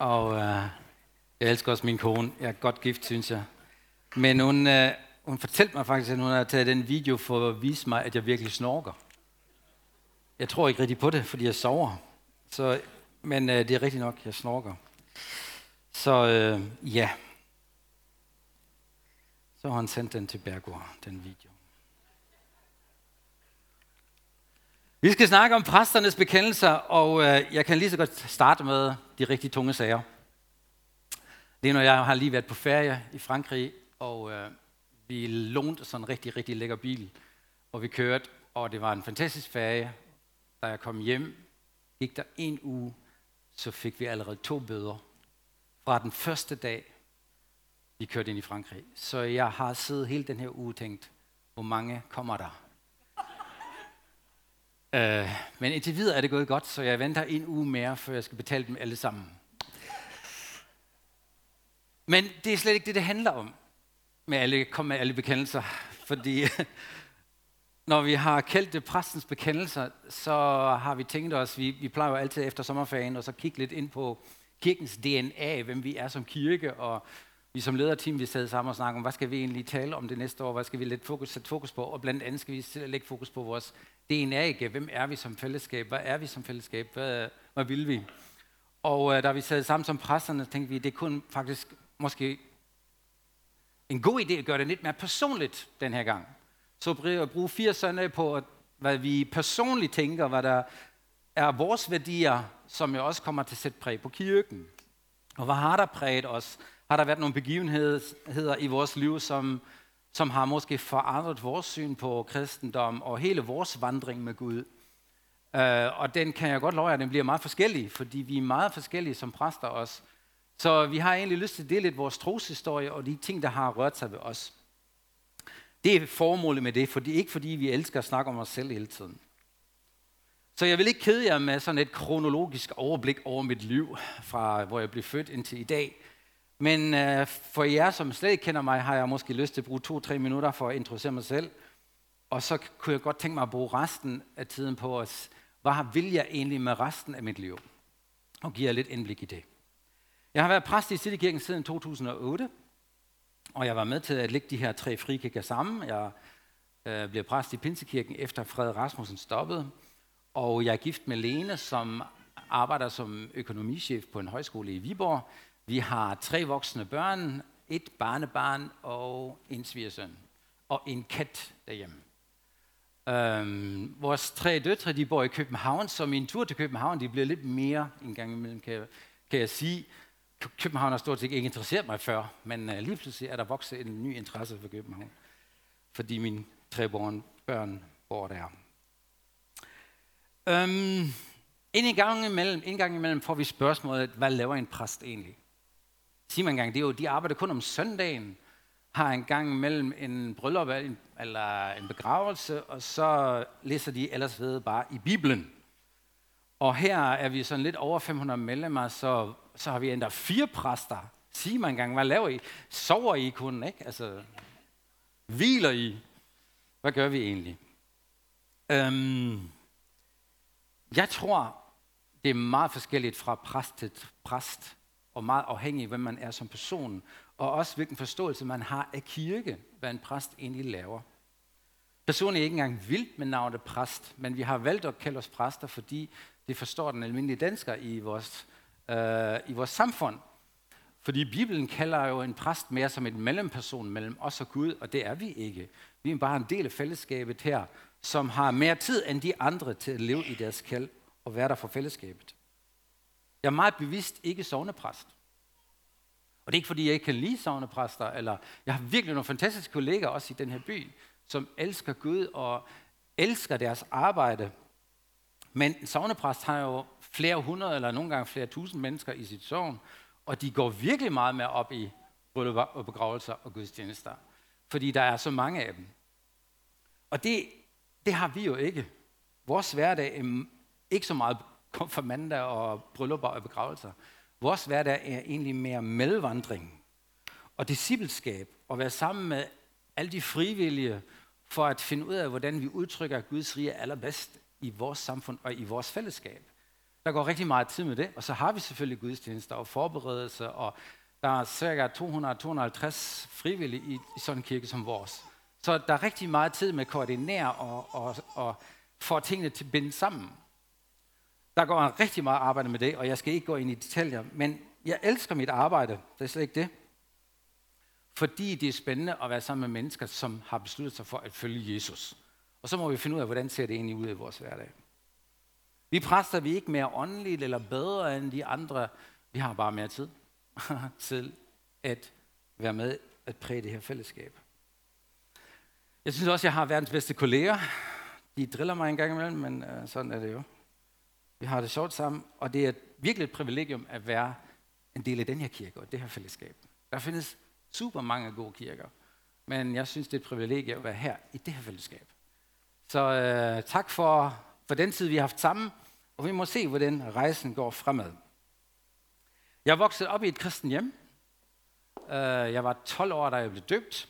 Og jeg elsker også min kone. Jeg er godt gift, synes jeg. Men hun fortalte mig faktisk, at hun har taget den video for at vise mig, at jeg virkelig snorker. Jeg tror ikke rigtig på det, fordi jeg sover. Men det er rigtigt nok, jeg snorker. Så ja. Så har han sendt den til Bergård, den video. Vi skal snakke om præsternes bekendelser, og jeg kan lige så godt starte med de rigtig tunge sager. Lige når jeg har lige været på ferie i Frankrig, og vi lånte sådan en rigtig, rigtig lækker bil, og vi kørte, og det var en fantastisk ferie. Da jeg kom hjem, gik der 1 uge, så fik vi allerede 2 bøder fra den første dag, vi kørte ind i Frankrig. Så jeg har siddet hele den her uge og tænkt, hvor mange kommer der? Men indtil videre er det gået godt, så jeg venter 1 uge mere, før jeg skal betale dem alle sammen. Men det er slet ikke det handler om, med alle bekendelser. Fordi når vi har kaldt det præstens bekendelser, så har vi tænkt os, vi plejer jo altid efter sommerferien, og så kigge lidt ind på kirkens DNA, hvem vi er som kirke, og vi som lederteam, vi sad sammen og snakkede om, hvad skal vi egentlig tale om det næste år, hvad skal vi sætte fokus på, og blandt andet skal vi lægge fokus på vores DNA, hvem er vi som fællesskab, hvad er vi som fællesskab, hvad vil vi? Og da vi sad sammen som præsterne, tænkte vi, det kunne faktisk måske en god idé at gøre det lidt mere personligt den her gang. Så bruge 4 søndage på, hvad vi personligt tænker, hvad der er vores værdier, som jo også kommer til at sætte præg på kirken. Og hvad har der præget os? Har der været nogle begivenheder i vores liv, som har måske forandret vores syn på kristendom og hele vores vandring med Gud? Og den kan jeg godt love jer, at den bliver meget forskellig, fordi vi er meget forskellige som præster også. Så vi har egentlig lyst til at dele lidt vores troshistorie og de ting, der har rørt sig ved os. Det er formålet med det, ikke fordi vi elsker at snakke om os selv hele tiden. Så jeg vil ikke kede jer med sådan et kronologisk overblik over mit liv, fra hvor jeg blev født indtil i dag. Men for jer, som slet ikke kender mig, har jeg måske lyst til at bruge 2-3 minutter for at introducere mig selv. Og så kunne jeg godt tænke mig at bruge resten af tiden på os. Hvad vil jeg egentlig med resten af mit liv? Og give jer lidt indblik i det. Jeg har været præst i Citykirken siden 2008. Og jeg var med til at lægge de her 3 frikirker sammen. Jeg blev præst i Pinsekirken efter Frederik Rasmussen stoppede. Og jeg er gift med Lene, som arbejder som økonomichef på en højskole i Viborg. Vi har 3 voksne børn, 1 barnebarn og en svigersøn. Og en kat derhjemme. Vores 3 døtre, de bor i København, så min tur til København, de bliver lidt mere en gang imellem, kan jeg sige. København har stort set ikke interesseret mig før, men lige pludselig er der vokset en ny interesse for København, fordi mine 3 børn bor der. En gang imellem får vi spørgsmålet, hvad laver en præst egentlig? Sig mig engang, de arbejder kun om søndagen, har en gang imellem en bryllup eller en begravelse, og så læser de ellers ved bare i Bibelen. Og her er vi sådan lidt over 500 medlemmer, så har vi endda 4 præster. Sig mig engang, hvad laver I? Sover I kun, ikke? Altså, hviler I? Hvad gør vi egentlig? Jeg tror, det er meget forskelligt fra præst til præst, og meget afhængig af, hvem man er som person, og også hvilken forståelse man har af kirke, hvad en præst egentlig laver. Personligt er ikke engang vildt med navnet præst, men vi har valgt at kalde os præster, fordi det forstår den almindelige dansker i vores samfund. Fordi Bibelen kalder jo en præst mere som en mellemperson mellem os og Gud, og det er vi ikke. Vi er bare en del af fællesskabet her, som har mere tid end de andre til at leve i deres kald og være der for fællesskabet. Jeg er meget bevidst ikke sognepræst. Og det er ikke fordi, jeg ikke kan lide sognepræster, eller jeg har virkelig nogle fantastiske kolleger også i den her by, som elsker Gud og elsker deres arbejde. Men en sognepræst har jo flere hundrede, eller nogle gange flere tusind mennesker i sit sogn, og de går virkelig meget mere op i bryllup og begravelser og gudstjenester, fordi der er så mange af dem. Og det har vi jo ikke. Vores hverdag er ikke så meget konfirmander og bryllupper og begravelser. Vores hverdag er egentlig mere medvandring og discipleskab, og være sammen med alle de frivillige, for at finde ud af, hvordan vi udtrykker Guds rige allerbedst i vores samfund og i vores fællesskab. Der går rigtig meget tid med det, og så har vi selvfølgelig gudstjenester og forberedelse, og der er ca. 200-250 frivillige i sådan en kirke som vores. Så der er rigtig meget tid med at koordinere og få tingene til at binde sammen. Der går rigtig meget arbejde med det, og jeg skal ikke gå ind i detaljer, men jeg elsker mit arbejde, det er slet ikke det. Fordi det er spændende at være sammen med mennesker, som har besluttet sig for at følge Jesus. Og så må vi finde ud af, hvordan ser det egentlig ud i vores hverdag. Vi præster, vi er ikke mere åndeligt eller bedre end de andre. Vi har bare mere tid til at være med at præge det her fællesskab. Jeg synes også, jeg har verdens bedste kolleger. De driller mig en gang imellem, men sådan er det jo. Vi har det sjovt sammen, og det er virkelig et privilegium at være en del af den her kirke og det her fællesskab. Der findes super mange gode kirker, men jeg synes, det er et privilegium at være her i det her fællesskab. Så tak for den tid, vi har haft sammen, og vi må se, hvordan rejsen går fremad. Jeg voksede op i et kristen hjem. Jeg var 12 år, da jeg blev døbt.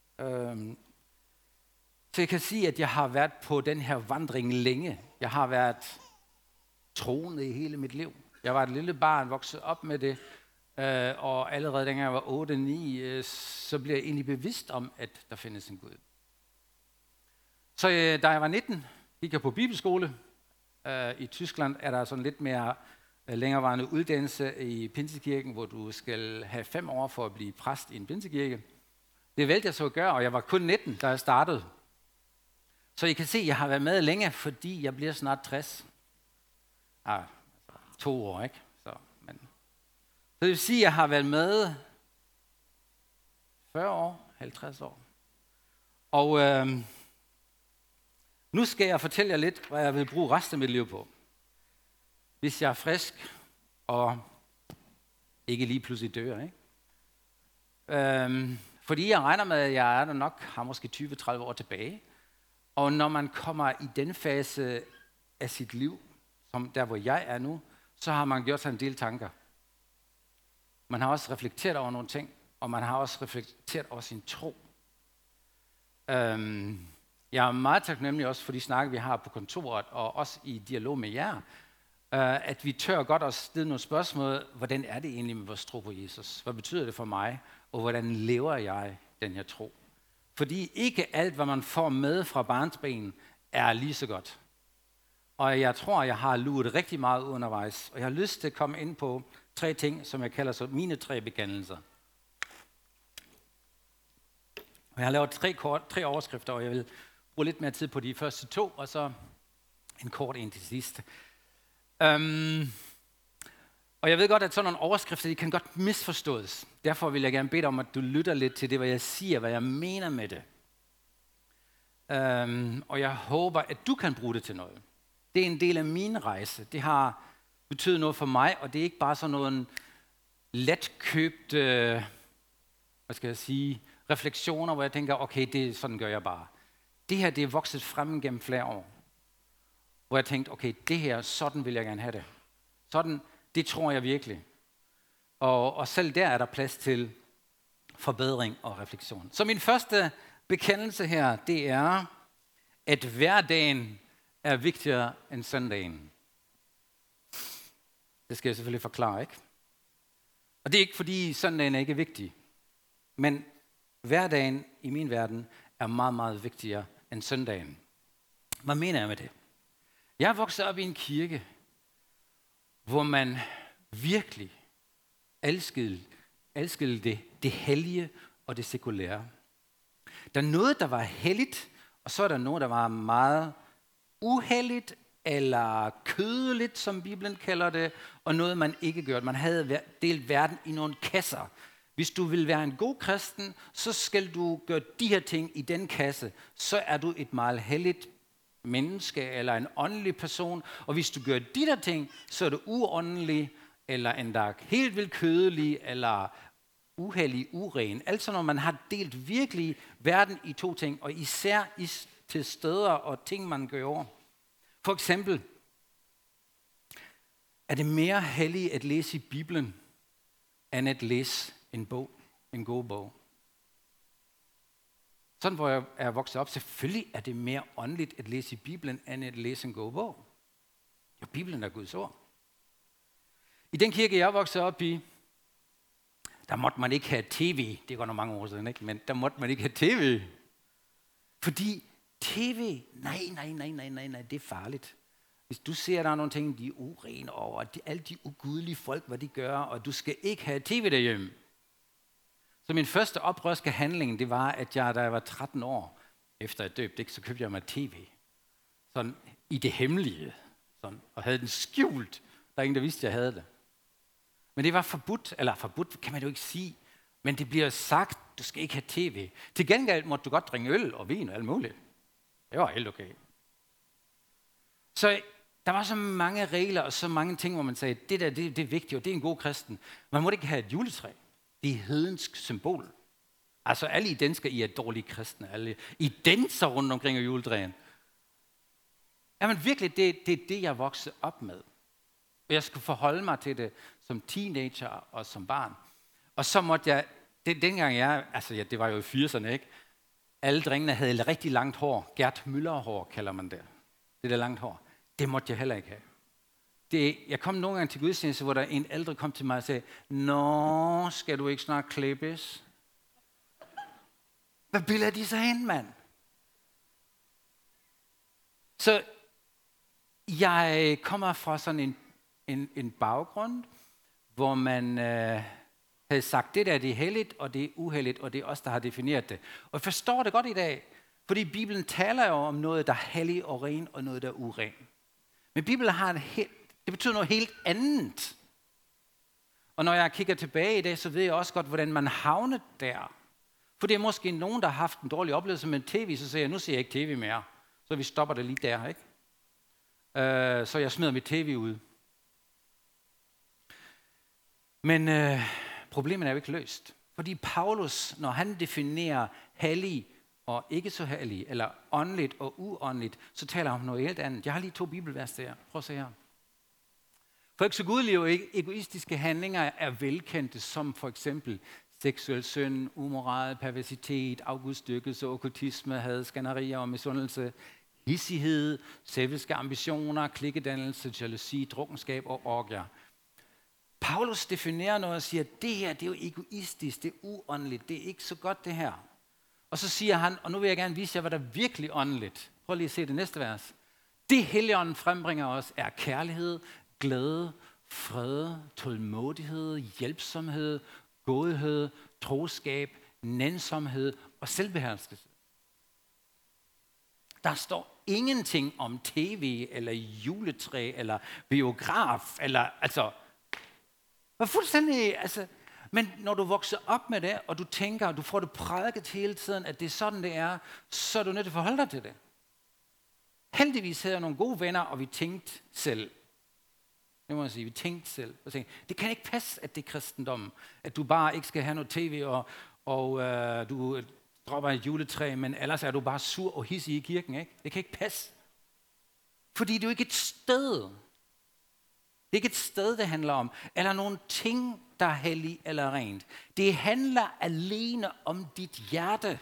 Så jeg kan sige, at jeg har været på den her vandring længe. Jeg har været troende i hele mit liv. Jeg var et lille barn, voksede op med det, og allerede dengang jeg var 8-9, så blev jeg egentlig bevidst om, at der findes en Gud. Så da jeg var 19, gik jeg på bibelskole. I Tyskland er der sådan lidt mere længerevarende uddannelse i Pinsekirken, hvor du skal have 5 år for at blive præst i en pinsekirke. Det valgte jeg så at gøre, og jeg var kun 19, da jeg startede. Så I kan se, at jeg har været med længe, fordi jeg bliver snart 60. 2 år, ikke? Så det vil sige, at jeg har været med 40 år, 50 år. Og nu skal jeg fortælle jer lidt, hvad jeg vil bruge resten af mit liv på. Hvis jeg er frisk og ikke lige pludselig dør, ikke? Fordi jeg regner med, at jeg er der nok, har måske 20-30 år tilbage. Og når man kommer i den fase af sit liv, som der hvor jeg er nu, så har man gjort sig en del tanker. Man har også reflekteret over nogle ting, og man har også reflekteret over sin tro. Jeg er meget taknemmelig også for de snakke, vi har på kontoret, og også i dialog med jer, at vi tør godt at stille nogle spørgsmål. Hvordan er det egentlig med vores tro på Jesus? Hvad betyder det for mig? Og hvordan lever jeg den her tro? Fordi ikke alt, hvad man får med fra barnsben, er lige så godt. Og jeg tror, jeg har luret rigtig meget undervejs. Og jeg har lyst til at komme ind på 3 ting, som jeg kalder så mine 3 bekendelser. Og jeg har lavet 3 overskrifter, og jeg vil bruge lidt mere tid på de første 2, og så en kort en til sidst. Og jeg ved godt, at sådan nogle overskrifter, de kan godt misforstås. Derfor vil jeg gerne bede dig om, at du lytter lidt til det, hvad jeg siger, hvad jeg mener med det. Og jeg håber, at du kan bruge det til noget. Det er en del af min rejse. Det har betydet noget for mig, og det er ikke bare sådan noget letkøbt, refleksioner, hvor jeg tænker, okay, sådan gør jeg bare. Det her, det er vokset frem gennem flere år. Hvor jeg tænkte, okay, det her, sådan vil jeg gerne have det. Sådan, det tror jeg virkelig. Og selv der er der plads til forbedring og refleksion. Så min første bekendelse her, det er, at hverdagen er vigtigere end søndagen. Det skal jeg selvfølgelig forklare, ikke? Og det er ikke, fordi søndagen er ikke vigtig. Men hverdagen i min verden er meget, meget vigtigere end søndagen. Hvad mener jeg med det? Jeg er vokset op i en kirke, hvor man virkelig elskede det hellige og det sekulære. Der er noget, der var helligt, og så er der noget, der var meget uhelligt eller kødeligt, som Bibelen kalder det, og noget, man ikke gjorde. Man havde delt verden i nogle kasser. Hvis du vil være en god kristen, så skal du gøre de her ting i den kasse. Så er du et meget helligt menneske eller en åndelig person. Og hvis du gør de der ting, så er du uåndelig, eller endda helt vildt kødelig, eller uhellig, uren. Altså når man har delt virkelig verden i 2 ting, og især til steder og ting, man gør. For eksempel, er det mere helligt at læse i Bibelen, end at læse en god bog. Sådan hvor jeg er vokset op, selvfølgelig er det mere åndeligt at læse i Bibelen, end at læse en god bog. Jo, Bibelen er Guds ord. I den kirke, jeg voksede op i, der måtte man ikke have tv. Det går nok mange år siden, ikke? Men der måtte man ikke have tv. Fordi tv, nej, det er farligt. Hvis du ser, der er nogle ting, de er urene over, alle de ugudelige folk, hvad de gør, og du skal ikke have tv derhjemme. Så min første oprørske handling, det var, at jeg, da jeg var 13 år, efter jeg døbte, så købte jeg mig tv. Sådan i det hemmelige. Sådan, og havde den skjult. Der er ingen, der vidste, at jeg havde det. Men det var forbudt kan man jo ikke sige. Men det bliver sagt, du skal ikke have tv. Til gengæld måtte du godt drikke øl og vin og alt muligt. Det var helt okay. Så der var så mange regler og så mange ting, hvor man sagde, det der, det er vigtigt, og det er en god kristen. Man måtte ikke have et juletræ. Det er hedensk symbol. Altså alle i dansker, I er dårlige kristne. Alle I danser rundt omkring juletræen. Jamen virkelig, det er det, jeg voksede op med. Og jeg skulle forholde mig til det som teenager og som barn. Og så måtte jeg, dengang det var jo i 80'erne, ikke? Alle drengene havde rigtig langt hår. Gert Müller-hår kalder man det. Det der langt hår. Det måtte jeg heller ikke have. Jeg kom nogle gange til gudstjeneste, hvor der en ældre kom til mig og sagde, nå, skal du ikke snart klippes? Hvad bilder de så hen, mand? Så jeg kommer fra sådan en baggrund, hvor man havde sagt, det der det er helligt, og det er uheldigt, og det er os, der har defineret det. Og jeg forstår det godt i dag, fordi Bibelen taler jo om noget, der er helligt og ren, og noget, der er uren. Men Bibelen har det betyder noget helt andet. Og når jeg kigger tilbage i det, så ved jeg også godt, hvordan man havnede der. For det er måske nogen, der har haft en dårlig oplevelse med tv, så siger jeg, nu ser jeg ikke tv mere. Så vi stopper det lige der, ikke? Så jeg smider mit tv ud. Men problemet er jo ikke løst. Fordi Paulus, når han definerer hellig og ikke så hellig, eller åndeligt og uåndeligt, så taler han om noget helt andet. Jeg har lige 2 bibelvers der. Prøv at se her. For ikke så gudelige og egoistiske handlinger er velkendte, som for eksempel seksuel synd, umoral, perversitet, afgudstyrkelse, okkultisme, had, skænderier og misundelse, hissighed, selviske ambitioner, klikkedannelse, jalousi, drukkenskab og orgier. Paulus definerer noget og siger, at det her, det er jo egoistisk, det er uåndeligt, det er ikke så godt det her. Og så siger han, og nu vil jeg gerne vise jer, hvad der er virkelig åndeligt. Prøv lige at se det næste vers. Det Helligånden frembringer os er kærlighed, glæde, fred, tålmodighed, hjælpsomhed, godhed, troskab, nænsomhed og selvbeherskelse. Der står ingenting om tv, eller juletræ, eller biograf, eller hvad fuldstændig, men når du vokser op med det, og du tænker, og du får det prædiket hele tiden, at det er sådan, det er, så er du nødt til at forholde dig til det. Heldigvis havde jeg nogle gode venner, og vi tænkte selv. Det må jeg sige, vi tænkte selv. Og tænkte, det kan ikke passe, at det er kristendommen. At du bare ikke skal have noget tv, og du dropper et juletræ, men ellers er du bare sur og hissig i kirken, ikke? Det kan ikke passe. Fordi det er jo ikke et sted. Det er ikke et sted, det handler om. Eller nogle ting, der er hellig eller rent. Det handler alene om dit hjerte.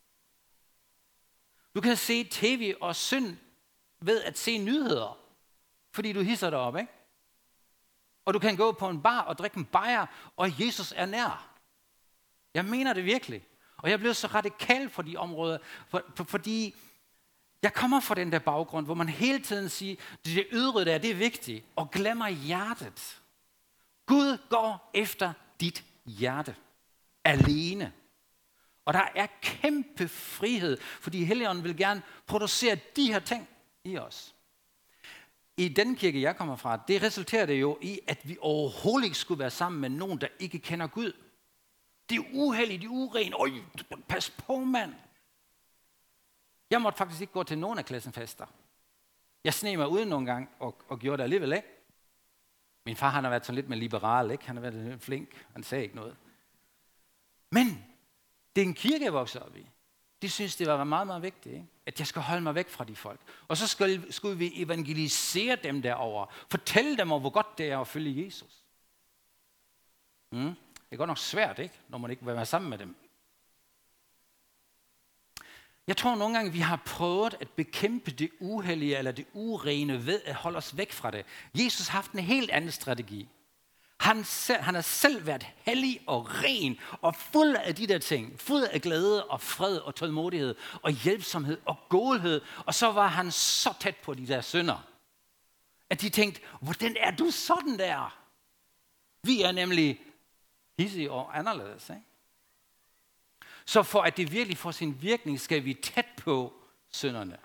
Du kan se tv og synd ved at se nyheder, fordi du hisser dig op, ikke? Og du kan gå på en bar og drikke en bajer, og Jesus er nær. Jeg mener det virkelig. Og jeg blev så radikal for de områder, fordi jeg kommer fra den der baggrund, hvor man hele tiden siger, det ydre der, det er vigtigt, og glemmer hjertet. Gud går efter dit hjerte. Alene. Og der er kæmpe frihed, fordi Helligånden vil gerne producere de her ting i os. I den kirke, jeg kommer fra, det resulterer det jo i, at vi overhovedet ikke skulle være sammen med nogen, der ikke kender Gud. Det er uheldigt, det er uren. Øj, pas på, mand. Jeg måtte faktisk ikke gå til nogen af klassenfester. Jeg sneg mig uden nogle gange og gjorde det alligevel, ikke? Min far, han har været sådan lidt mere liberal, ikke? Han har været lidt flink. Han sagde ikke noget. Men det er en kirke, jeg voksede op i. De synes, det var meget, meget vigtigt, ikke? At jeg skal holde mig væk fra de folk. Og så skulle vi evangelisere dem derover. Fortælle dem om, hvor godt det er at følge Jesus. Det er godt nok svært, ikke? Når man ikke vil være sammen med dem. Jeg tror nogle gange, vi har prøvet at bekæmpe det uhellige eller det urene ved at holde os væk fra det. Jesus har haft en helt anden strategi. Han har selv været hellig og ren og fuld af de der ting. Fuld af glæde og fred og tålmodighed og hjælpsomhed og godhed. Og så var han så tæt på de der synder, at de tænkte, hvordan er du sådan der? Vi er nemlig hidsige og anderledes. Ikke? Så for at det virkelig får sin virkning, skal vi tæt på synderne.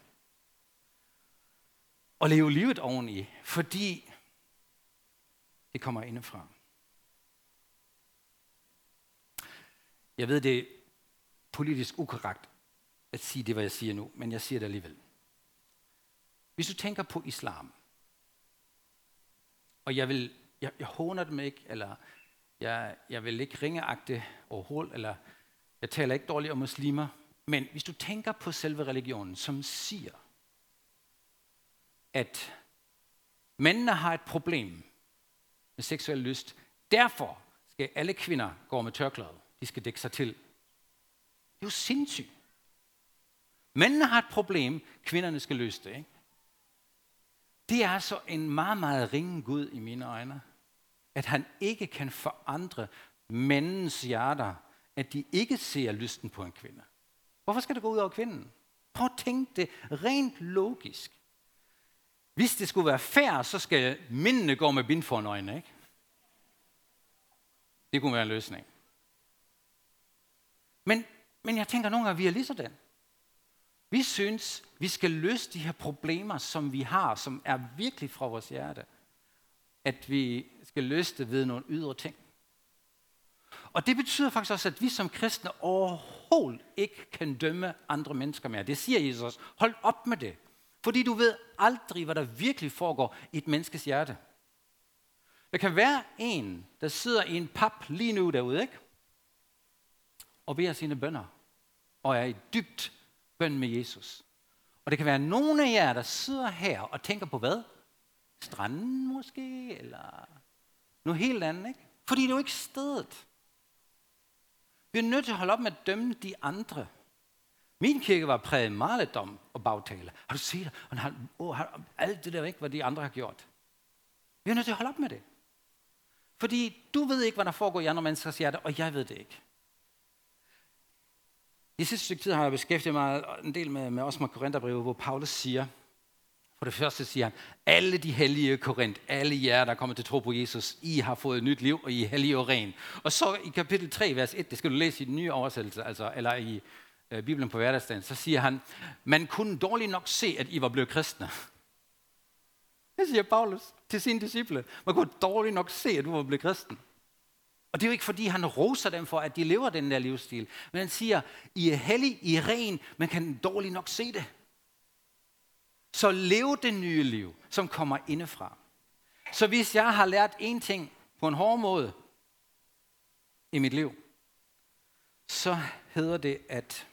Og leve livet oveni, fordi det kommer indefra. Jeg ved, det er politisk ukorrekt at sige det, hvad jeg siger nu, men jeg siger det alligevel. Hvis du tænker på islam, og jeg håner dem ikke, eller jeg vil ikke ringeagte overhovedet, eller jeg taler ikke dårligt om muslimer, men hvis du tænker på selve religionen, som siger, at mændene har et problem med seksuel lyst, derfor skal alle kvinder gå med tørklæde. De skal dække sig til. Det er jo sindssygt. Mændene har et problem, kvinderne skal løse det. Ikke? Det er altså en meget, meget ringe Gud i mine øjne, at han ikke kan forandre mændens hjerter, at de ikke ser lysten på en kvinde. Hvorfor skal det gå ud over kvinden? Prøv at tænke det rent logisk. Hvis det skulle være fair, så skal mændene gå med bind for øjnene, ikke? Det kunne være en løsning. Men jeg tænker nogle gange, vi er lige sådan. Vi synes, vi skal løse de her problemer, som vi har, som er virkelig fra vores hjerte. At vi skal løse det ved nogle ydre ting. Og det betyder faktisk også, at vi som kristne overhovedet ikke kan dømme andre mennesker mere. Det siger Jesus. Hold op med det. Fordi du ved aldrig, hvad der virkelig foregår i et menneskes hjerte. Der kan være en, der sidder i en pap lige nu derude, ikke? Og beder sine bønner. Og er i dybt bøn med Jesus. Og det kan være nogle af jer, der sidder her og tænker på hvad? Stranden måske? Eller noget helt andet, ikke? Fordi det er jo ikke stedet. Vi er nødt til at holde op med at dømme de andre. Min kirke var præget maledom og bagtale. Har du set det? Alt det der ikke, hvad de andre har gjort. Vi er nødt til at holde op med det. Fordi du ved ikke, hvad der foregår i andre menneskers hjerte, og jeg ved det ikke. I sidste stykke tid har jeg beskæftiget mig en del med også med Korintherbrevet, hvor Paulus siger, for det første siger han, alle de hellige Korinth, alle jer, der kommer til tro på Jesus, I har fået et nyt liv, og I er hellige og ren. Og så i kapitel 3, vers 1, det skal du læse i den nye oversættelse, altså, eller i Bibelen på hverdagsdagen, så siger han, man kunne dårligt nok se, at I var blevet kristne. Det siger Paulus til sine disciple. Man kunne dårligt nok se, at du var blevet kristen. Og det er jo ikke, fordi han roser dem for, at de lever den der livsstil. Men han siger, I er hellige, I er ren, man kan dårligt nok se det. Så lev det nye liv, som kommer indefra. Så hvis jeg har lært en ting på en hård måde i mit liv, så hedder det, at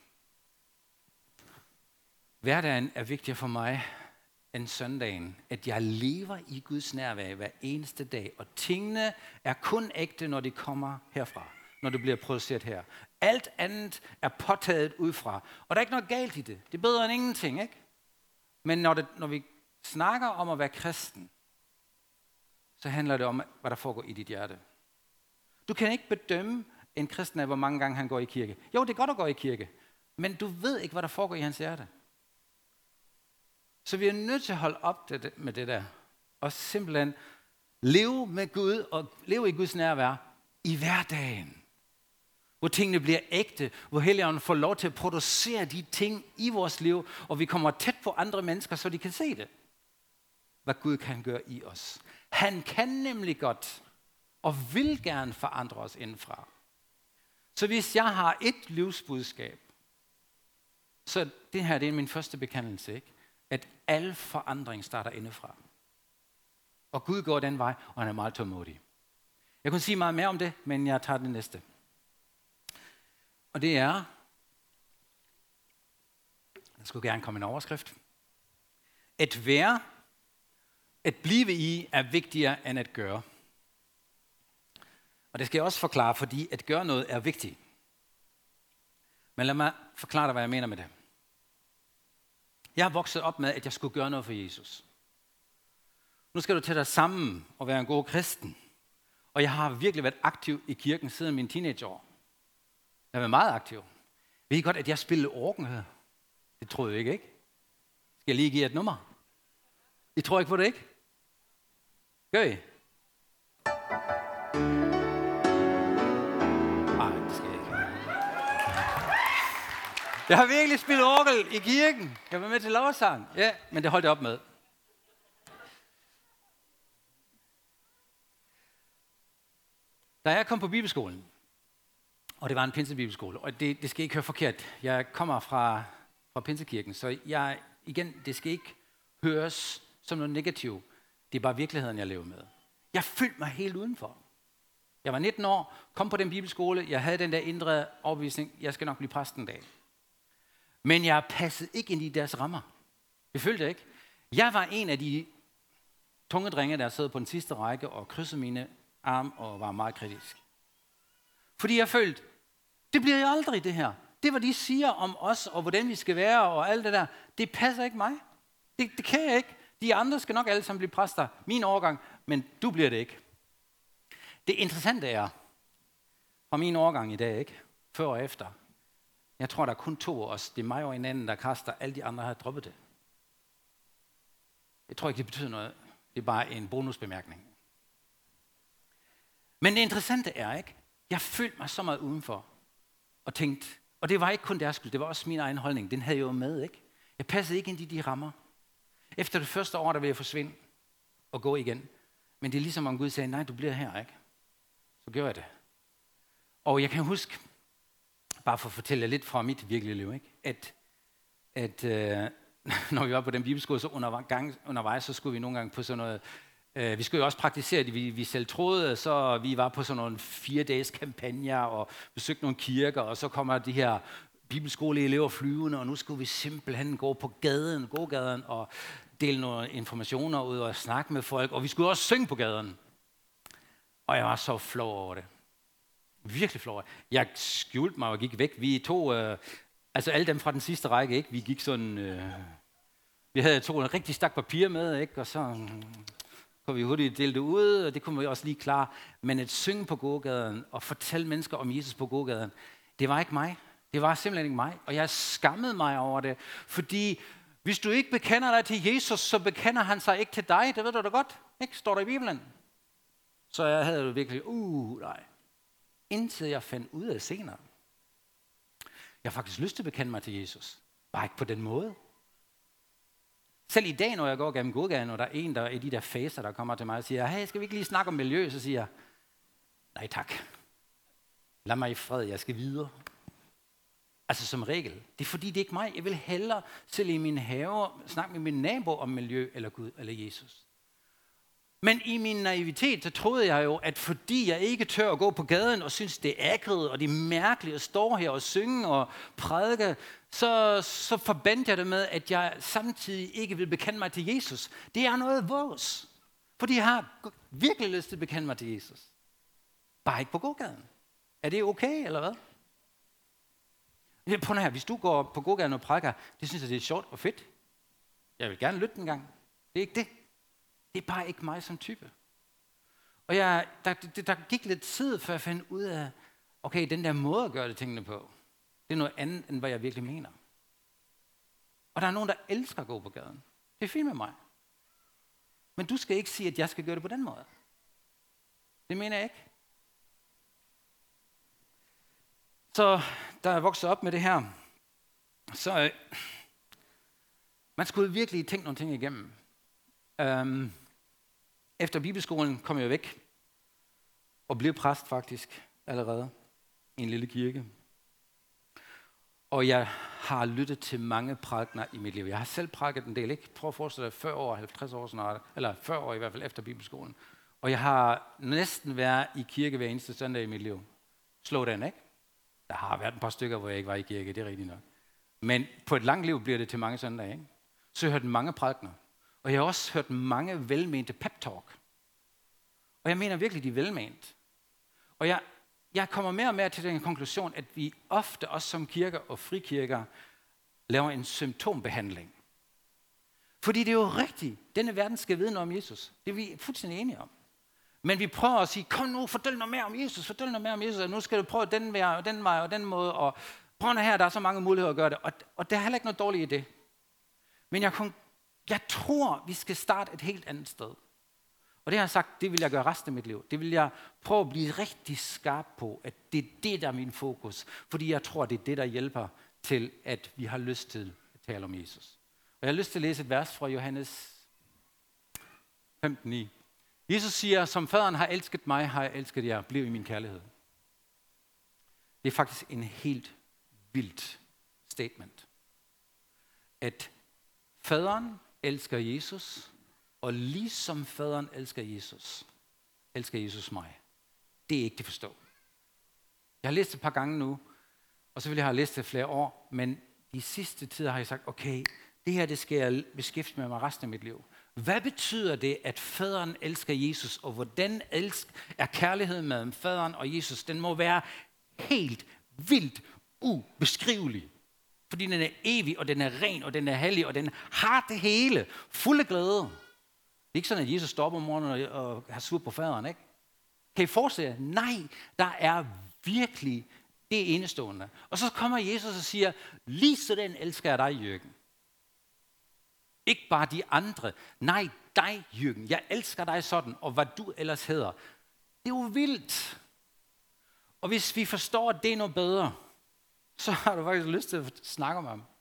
hverdagen er vigtigere for mig end søndagen. At jeg lever i Guds nærvær hver eneste dag. Og tingene er kun ægte, når de kommer herfra. Når det bliver produceret her. Alt andet er påtaget udefra. Og der er ikke noget galt i det. Det er bedre end ingenting, ikke? Men når vi snakker om at være kristen, så handler det om, hvad der foregår i dit hjerte. Du kan ikke bedømme en kristen af, hvor mange gange han går i kirke. Jo, det er godt at gå i kirke. Men du ved ikke, hvad der foregår i hans hjerte. Så vi er nødt til at holde op med det der. Og simpelthen leve med Gud og leve i Guds nærvær i hverdagen. Hvor tingene bliver ægte. Hvor Helligånden får lov til at producere de ting i vores liv. Og vi kommer tæt på andre mennesker, så de kan se det. Hvad Gud kan gøre i os. Han kan nemlig godt og vil gerne forandre os indenfra. Så hvis jeg har et livsbudskab, så det her det er min første bekendelse, ikke? At al forandring starter indefra. Og Gud går den vej, og han er meget tålmodig. Jeg kunne sige meget mere om det, men jeg tager det næste. Og det er, der skulle gerne komme en overskrift. At være, at blive i, er vigtigere end at gøre. Og det skal jeg også forklare, fordi at gøre noget er vigtigt. Men lad mig forklare dig, hvad jeg mener med det. Jeg har vokset op med, at jeg skulle gøre noget for Jesus. Nu skal du tage dig sammen og være en god kristen. Og jeg har virkelig været aktiv i kirken siden mine teenageår. Jeg har været meget aktiv. Ved I godt, at jeg spillede orgel her? Det troede jeg ikke. Skal jeg lige give jer et nummer? I tror ikke på det, ikke? Gør I? Nej, det skal jeg ikke. Jeg har virkelig spillet orgel i kirken. Jeg var med til lovsang. Ja, men det holdt jeg op med. Da jeg kom på bibelskolen, og det var en pinsebibelskole, og det skal ikke høre forkert. Jeg kommer fra Pinsekirken, så det skal ikke høres som noget negativt. Det er bare virkeligheden, jeg lever med. Jeg følte mig helt udenfor. Jeg var 19 år, kom på den bibelskole, jeg havde den der indre overbevisning, jeg skal nok blive præst en dag. Men jeg passede ikke ind i deres rammer. Det følte jeg ikke. Jeg var en af de tunge drenge, der sad på den sidste række og krydsede mine arme og var meget kritisk. Fordi jeg følte, det bliver jeg aldrig det her. Det, hvad de siger om os og hvordan vi skal være og alt det der, det passer ikke mig. Det kan jeg ikke. De andre skal nok alle sammen blive præster. Min årgang, men du bliver det ikke. Det interessante er, fra min årgang i dag, ikke? Før og efter, jeg tror, der er kun 2 af os. Det er mig og en anden, der kaster. Alle de andre har droppet det. Jeg tror ikke, det betyder noget. Det er bare en bonusbemærkning. Men det interessante er, ikke? Jeg følte mig så meget udenfor. Og tænkte, og det var ikke kun deres skyld, det var også min egen holdning. Den havde jeg jo med, ikke? Jeg passede ikke ind i de rammer. Efter det første år, der ville jeg forsvinde og gå igen. Men det er ligesom om Gud sagde, nej, du bliver her, ikke? Så gjorde jeg det. Og jeg kan huske, bare for at fortælle jer lidt fra mit virkelige liv, ikke? At når vi var på den bibelskole, så undervejs, så skulle vi nogle gange på sådan noget, vi skulle jo også praktisere det, vi selv troede, så vi var på sådan nogle 4-dages kampagner og besøgte nogle kirker, og så kommer de her bibelskoleelever flyvende, og nu skulle vi simpelthen gå på gågaden og dele nogle informationer ud og snakke med folk, og vi skulle også synge på gaden. Og jeg var så flov over det. Virkelig flov over det. Jeg skjulte mig og gik væk. Vi tog, altså alle dem fra den sidste række, ikke? Vi gik sådan, vi havde en rigtig stak papir med, ikke? Og så kunne vi hurtigt dele det ud, og det kunne vi også lige klare. Men at synge på gågaden og fortælle mennesker om Jesus på gågaden, det var ikke mig. Det var simpelthen ikke mig, og jeg skammede mig over det, fordi hvis du ikke bekender dig til Jesus, så bekender han sig ikke til dig. Det ved du da godt, ikke? Står der i Bibelen. Så jeg havde jo virkelig, nej. Indtil jeg fandt ud af senere. Jeg har faktisk lyst til at bekende mig til Jesus. Bare ikke på den måde. Selv i dag, når jeg går gennem gågaden, og der er en, der er i de der faser, der kommer til mig og siger, hey, skal vi ikke lige snakke om miljø? Så siger jeg, nej tak. Lad mig i fred, jeg skal videre. Altså som regel. Det er fordi, det er ikke mig. Jeg vil hellere selv i min have snakke med min nabo om miljø, eller Gud, eller Jesus. Men i min naivitet, så troede jeg jo, at fordi jeg ikke tør at gå på gaden og synes, det er akret, og det er mærkeligt at stå her og synge og prædike, så forbandt jeg det med, at jeg samtidig ikke vil bekende mig til Jesus. Det er noget vås. Fordi jeg har virkelig lyst til at bekende mig til Jesus. Bare ikke på gågaden. Er det okay, eller hvad? Prøv her, hvis du går på gågaden og prædiker, det synes jeg, det er sjovt og fedt. Jeg vil gerne lytte en gang. Det er ikke det. Det er bare ikke mig som type. Og der gik lidt tid, før jeg fandt ud af, okay, den der måde at gøre det tingene på, det er noget andet, end hvad jeg virkelig mener. Og der er nogen, der elsker at gå på gaden. Det er fint med mig. Men du skal ikke sige, at jeg skal gøre det på den måde. Det mener jeg ikke. Så da jeg voksede op med det her, så man skulle virkelig tænke nogle ting igennem. Efter bibelskolen kom jeg væk og blev præst faktisk allerede i en lille kirke. Og jeg har lyttet til mange prædikener i mit liv. Jeg har selv prædiket en del, ikke? Prøv at forestille dig 40 år, 50 år snart, eller 40 år i hvert fald efter bibelskolen. Og jeg har næsten været i kirke hver eneste søndag i mit liv. Slå den, ikke? Der har været et par stykker, hvor jeg ikke var i kirke, det er rigtigt nok. Men på et langt liv bliver det til mange søndage, ikke? Så jeg har hørt mange prædikener. Og jeg har også hørt mange velmente pep-talk. Og jeg mener virkelig, de er velment. Og jeg kommer mere og mere til den konklusion, at vi ofte, også som kirker og frikirker, laver en symptombehandling. Fordi det er jo rigtigt. Denne verden skal vide noget om Jesus. Det er vi fuldstændig enige om. Men vi prøver at sige, kom nu, fortæl noget mere om Jesus, og nu skal du prøve den vej og den vej og den måde, og prøv her, der er så mange muligheder at gøre det, og der er heller ikke noget dårligt i det. Men jeg tror, vi skal starte et helt andet sted. Og det har jeg sagt, det vil jeg gøre resten af mit liv. Det vil jeg prøve at blive rigtig skarp på, at det er det, der er min fokus. Fordi jeg tror, det er det, der hjælper til, at vi har lyst til at tale om Jesus. Og jeg har lyst til at læse et vers fra Johannes 15:9. Jesus siger, som faderen har elsket mig, har jeg elsket jer. Bliv i min kærlighed. Det er faktisk en helt vildt statement. At faderen elsker Jesus, og ligesom faderen elsker Jesus mig. Det er ikke det forstå. Jeg har læst det et par gange nu, og så vil jeg have læst det flere år, men de sidste tider har jeg sagt, okay, det her det skal jeg beskæftige mig resten af mit liv. Hvad betyder det, at faderen elsker Jesus, og hvordan er kærligheden mellem faderen og Jesus? Den må være helt vildt ubeskrivelig. Fordi den er evig, og den er ren, og den er hellig, og den har det hele. Fuld af glæde. Det er ikke sådan, at Jesus står op om morgenen og har sur på faderen, ikke? Kan I forestille jer? Nej, der er virkelig det enestående. Og så kommer Jesus og siger, lige sådan elsker jeg dig, Jürgen. Ikke bare de andre. Nej, dig, Jürgen. Jeg elsker dig sådan, og hvad du ellers hedder. Det er jo vildt. Og hvis vi forstår, at det er noget bedre, så har du faktisk lyst til at snakke om ham.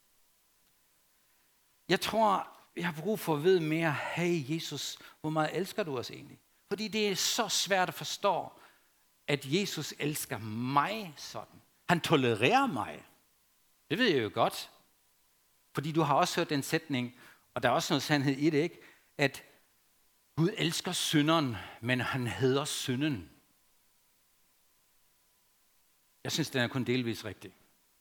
Jeg tror, jeg har brug for at vide mere. Hey Jesus, hvor meget elsker du os egentlig? Fordi det er så svært at forstå, at Jesus elsker mig sådan. Han tolererer mig. Det ved jeg jo godt. Fordi du har også hørt den sætning, og der er også noget sandhed i det, ikke? At Gud elsker synderen, men han hader synden. Jeg synes, den er kun delvis rigtig.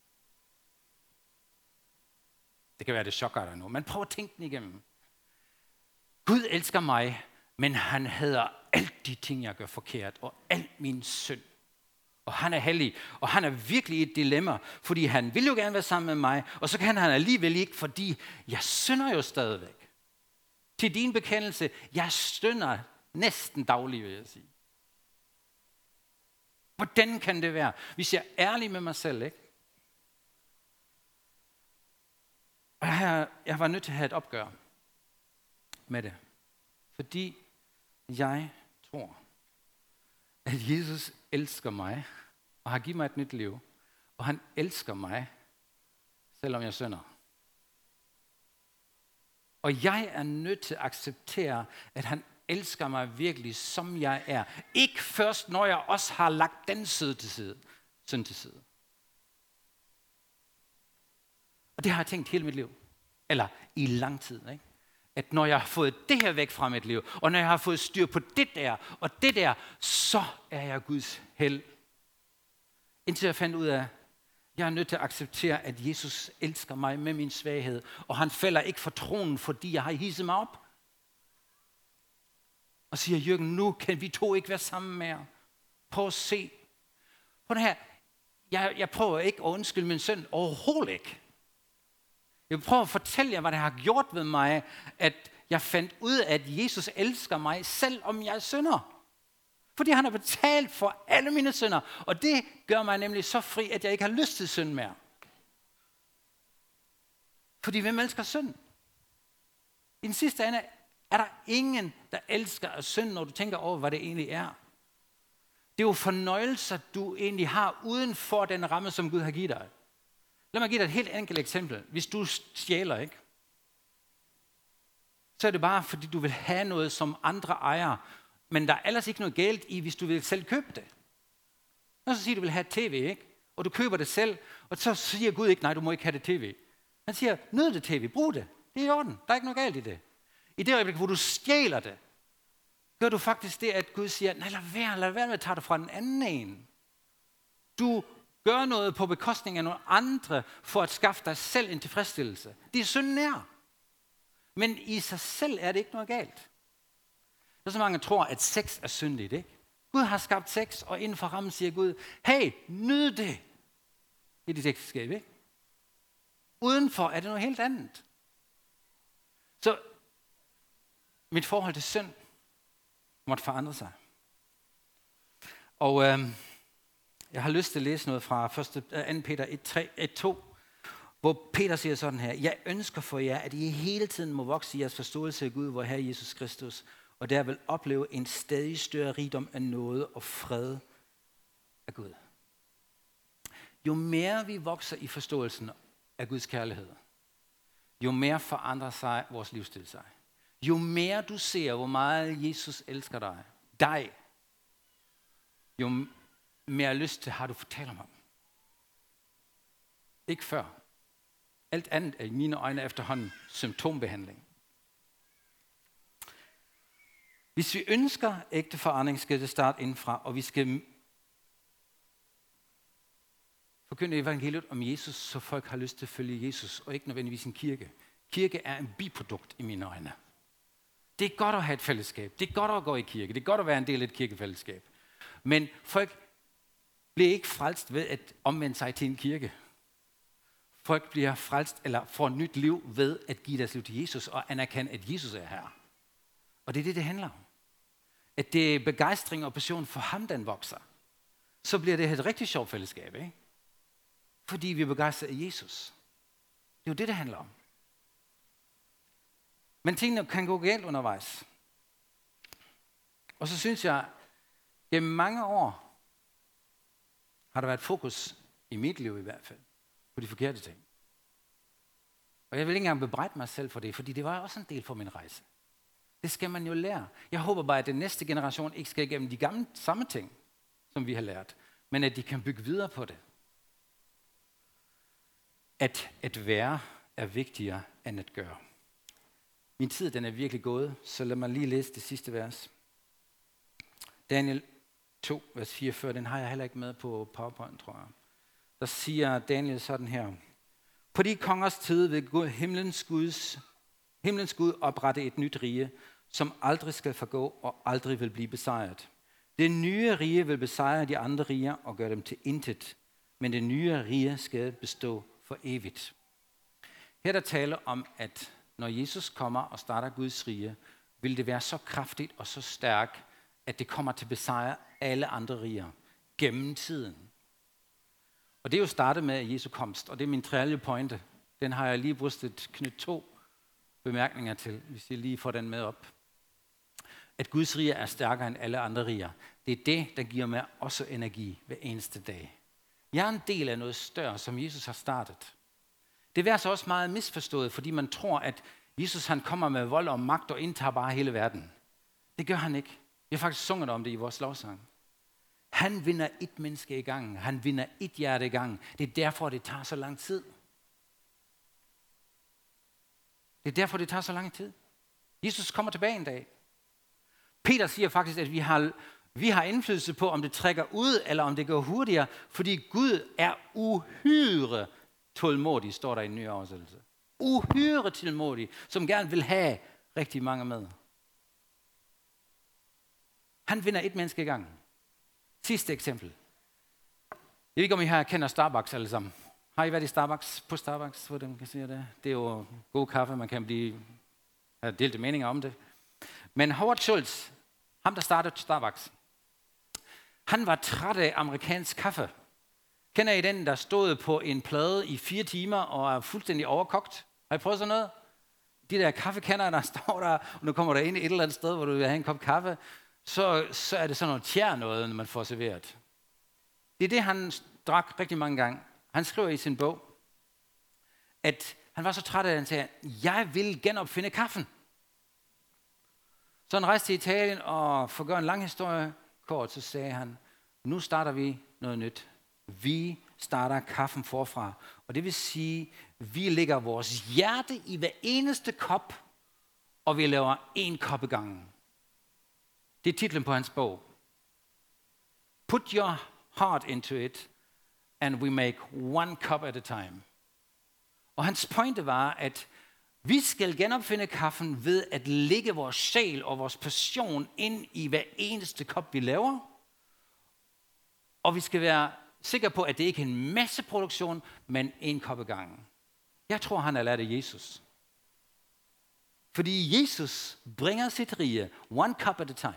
Det kan være, det chokker dig nu, men prøv at tænke den igennem. Gud elsker mig, men han hader alt de ting, jeg gør forkert, og alt min synd. Og han er hellig, og han er virkelig i et dilemma, fordi han vil jo gerne være sammen med mig, og så kan han alligevel ikke, fordi jeg synder jo stadigvæk. Til din bekendelse, jeg synder næsten dagligt, vil jeg sige. Hvordan kan det være, hvis jeg er ærlig med mig selv, ikke? Og jeg var nødt til at have et opgør med det. Fordi jeg tror, at Jesus elsker mig, og har givet mig et nyt liv. Og han elsker mig, selvom jeg synder. Og jeg er nødt til at acceptere, at han elsker mig virkelig, som jeg er. Ikke først, når jeg også har lagt den synd til side. Og det har jeg tænkt hele mit liv. Eller i lang tid, ikke? At når jeg har fået det her væk fra mit liv, og når jeg har fået styr på det der, og det der, så er jeg Guds held. Indtil jeg fandt ud af, at jeg er nødt til at acceptere, at Jesus elsker mig med min svaghed, og han falder ikke for tronen, fordi jeg har hisset mig op. Og siger, Jürgen, nu kan vi to ikke være sammen mere. Prøv at se. Prøv det her. Jeg prøver ikke at undskylde min synd. Overhovedet ikke. Jeg vil prøve at fortælle jer, hvad det har gjort ved mig, at jeg fandt ud af, at Jesus elsker mig, selv om jeg synder. Fordi han har betalt for alle mine synder. Og det gør mig nemlig så fri, at jeg ikke har lyst til synd mere. Fordi hvem elsker synd? I den sidste ende er der ingen, der elsker at synde, når du tænker over, hvad det egentlig er. Det er jo fornøjelser, du egentlig har uden for den ramme, som Gud har givet dig. Lad mig give dig et helt enkelt eksempel. Hvis du stjæler, ikke? Så er det bare, fordi du vil have noget, som andre ejer. Men der er ellers ikke noget galt i, hvis du vil selv købe det. Og så siger du vil have et tv, ikke? Og du køber det selv, og så siger Gud ikke, nej, du må ikke have det tv. Han siger, nyd det tv, brug det. Det er i orden. Der er ikke noget galt i det. I det øjeblik, hvor du stjæler det, gør du faktisk det, at Gud siger, nej, lad være med at tage det fra den anden en. Du gør noget på bekostning af nogle andre, for at skaffe dig selv en tilfredsstillelse. Det er synden er. Men i sig selv er det ikke noget galt. Der er så mange, der tror, at sex er syndigt, ikke? Gud har skabt sex, og inden for rammen siger Gud, hey, nyd det i dit ægteskab, ikke? Udenfor er det noget helt andet. Så mit forhold til synd måtte forandre sig. Og jeg har lyst til at læse noget fra 2. Peter 1:2, hvor Peter siger sådan her: Jeg ønsker for jer, at I hele tiden må vokse i jeres forståelse af Gud, vor Herre Jesus Kristus, og der vil opleve en stadig større rigdom af nåde og fred af Gud. Jo mere vi vokser i forståelsen af Guds kærlighed, jo mere forandrer sig vores livsstil sig. Jo mere du ser, hvor meget Jesus elsker dig, jo mere lyst til har du fortalt om ham. Ikke før. Alt andet er i mine øjne efterhånden symptombehandling. Hvis vi ønsker ægte forandring, skal det starte indfra, og vi skal forkynde evangeliet om Jesus, så folk har lyst til at følge Jesus, og ikke nødvendigvis en kirke. Kirke er en biprodukt i mine øjne. Det er godt at have et fællesskab. Det er godt at gå i kirke. Det er godt at være en del af et kirkefællesskab. Men folk bliver ikke frelst ved at omvende sig til en kirke. Folk bliver frelst eller får et nyt liv ved at give deres liv til Jesus og anerkende, at Jesus er her. Og det er det, det handler om. At det er begejstring og passion for ham, den vokser. Så bliver det et rigtig sjovt fællesskab, ikke? Fordi vi er begejstret af Jesus. Det er jo det, det handler om. Men tingene kan gå galt undervejs. Og så synes jeg, gennem mange år har der været fokus, i mit liv i hvert fald, på de forkerte ting. Og jeg vil ikke engang bebrejde mig selv for det, fordi det var også en del for min rejse. Det skal man jo lære. Jeg håber bare, at den næste generation ikke skal igennem de samme ting, som vi har lært, men at de kan bygge videre på det. At være er vigtigere end at gøre. Min tid, den er virkelig gået, så lad mig lige læse det sidste vers. Daniel 2, vers 44, den har jeg heller ikke med på PowerPoint, tror jeg. Der siger Daniel sådan her: På de kongers tid vil himlens Gud oprette et nyt rige, som aldrig skal forgå og aldrig vil blive besejret. Det nye rige vil besejre de andre riger og gøre dem til intet, men det nye rige skal bestå for evigt. Her der taler om, at når Jesus kommer og starter Guds rige, vil det være så kraftigt og så stærkt, at det kommer til at besejre alle andre riger gennem tiden. Og det er jo startet med Jesu komst, og det er min tredje pointe. Den har jeg lige brystet knyttet 2 bemærkninger til, hvis jeg lige får den med op. At Guds rige er stærkere end alle andre riger. Det er det, der giver mig også energi hver eneste dag. Jeg er en del af noget større, som Jesus har startet. Det er så også meget misforstået, fordi man tror, at Jesus han kommer med vold og magt og indtager bare hele verden. Det gør han ikke. Vi har faktisk sunget om det i vores lovsang. Han vinder et menneske i gangen. Han vinder et hjerte i gangen. Det er derfor, det tager så lang tid. Det er derfor, det tager så lang tid. Jesus kommer tilbage en dag. Peter siger faktisk, at vi har indflydelse på, om det trækker ud, eller om det går hurtigere, fordi Gud er uhyre tålmodig, står der i en ny oversættelse. Uhyre tålmodig, som gerne vil have rigtig mange med. Han vinder et menneske i gangen. Sidste eksempel. Jeg ved ikke, om I her kender Starbucks alle sammen. Har I været i Starbucks? På Starbucks, hvor man kan sige det? Det er jo god kaffe, man kan have delte meninger om det. Men Howard Schultz, ham der startede Starbucks, han var træt af amerikansk kaffe. Kender I den, der stod på en plade i 4 timer og er fuldstændig overkogt? Har I prøvet sådan noget? De der kaffekanner, der står der, og nu kommer der ind et eller andet sted, hvor du vil have en kop kaffe, så er det sådan noget tjær noget, når man får serveret. Det er det, han drak rigtig mange gange. Han skriver i sin bog, at han var så træt af, at han sagde, jeg vil genopfinde kaffen. Så han rejste til Italien, og for at gøre en lang historie kort, så sagde han, nu starter vi noget nyt. Vi starter kaffen forfra. Og det vil sige, vi lægger vores hjerte i hver eneste kop, og vi laver 1 kop ad gangen. Det er titlen på hans bog. Put your heart into it, and we make 1 cup at a time. Og hans pointe var, at vi skal genopfinde kaffen ved at lægge vores sjæl og vores passion ind i hver eneste kop, vi laver. Og vi skal være sikre på, at det ikke er en masse produktion, men 1 kop ad gangen. Jeg tror, han har lært af Jesus. Fordi Jesus bringer sit rige 1 cup at a time.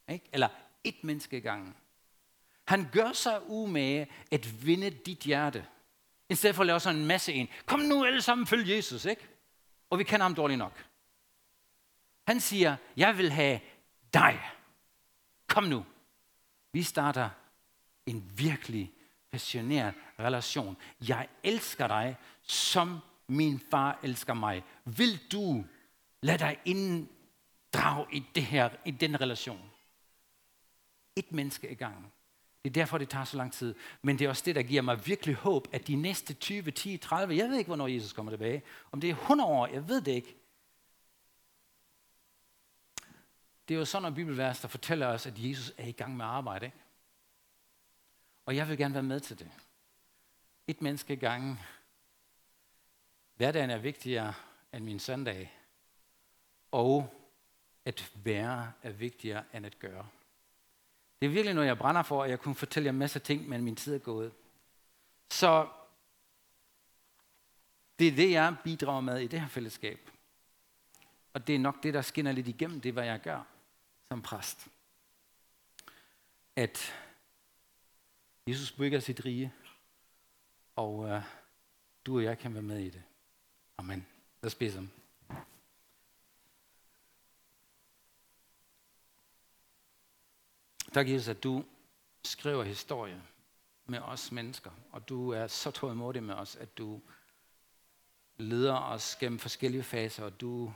Ikke? Eller et menneske i gangen. Han gør sig umage at vinde dit hjerte. I stedet for at lave sådan en masse en. Kom nu alle sammen, følg Jesus, ikke? Og vi kender ham dårligt nok. Han siger, jeg vil have dig. Kom nu. Vi starter en virkelig passioneret relation. Jeg elsker dig, som min far elsker mig. Vil du lade dig inddrage i den relation? Et menneske i gangen. Det er derfor, det tager så lang tid. Men det er også det, der giver mig virkelig håb, at de næste 20, 10, 30, jeg ved ikke, hvornår Jesus kommer tilbage. Om det er 100 år, jeg ved det ikke. Det er jo sådan en bibelvers, der fortæller os, at Jesus er i gang med at arbejde. Ikke? Og jeg vil gerne være med til det. Et menneske i gangen. Hverdagen er vigtigere end min søndag. Og at være er vigtigere end at gøre. Det er virkelig noget, jeg brænder for, og jeg kunne fortælle jer en masse ting, men min tid er gået. Så det er det, jeg bidrager med i det her fællesskab. Og det er nok det, der skinner lidt igennem det, hvad jeg gør som præst. At Jesus bygger sit rige, og du og jeg kan være med i det. Amen. Lad os bede sammen. Tak, Jesus, at du skriver historie med os mennesker, og du er så tålmodig med os, at du leder os gennem forskellige faser, og du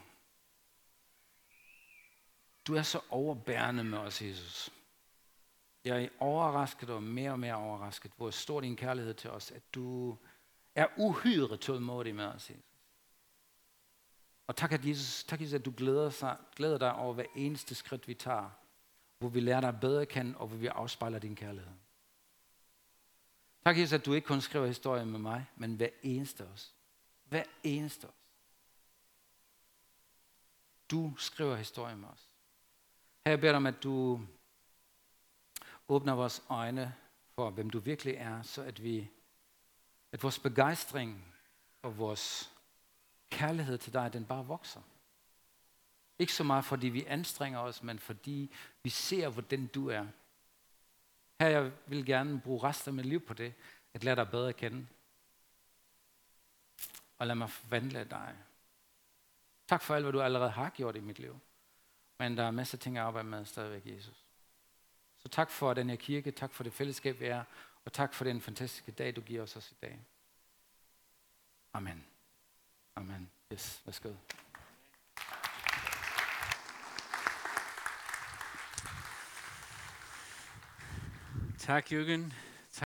er så overbærende med os, Jesus. Jeg er overrasket og mere overrasket, hvor stor din kærlighed til os, at du er uhyre tålmodig med os, Jesus. Og tak, Jesus, at du glæder dig over hver eneste skridt, vi tager, hvor vi lærer dig bedre at kende, og hvor vi afspejler din kærlighed. Tak, Jesus, at du ikke kun skriver historie med mig, men hver eneste os. Hver eneste os. Du skriver historie med os. Her jeg beder dig om, at du åbner vores øjne for, hvem du virkelig er, så at vores begejstring og vores kærlighed til dig, den bare vokser. Ikke så meget, fordi vi anstrenger os, men fordi vi ser, hvordan du er. Her jeg vil gerne bruge resten af mit liv på det, at lære dig bedre at kende. Og lad mig forvandle dig. Tak for alt, hvad du allerede har gjort i mit liv. Men der er masser af ting at arbejde med stadigvæk, Jesus. Så tak for den her kirke, tak for det fællesskab, vi er, og tak for den fantastiske dag, du giver os i dag. Amen. Amen. Yes, værsgo. Tak, Jürgen.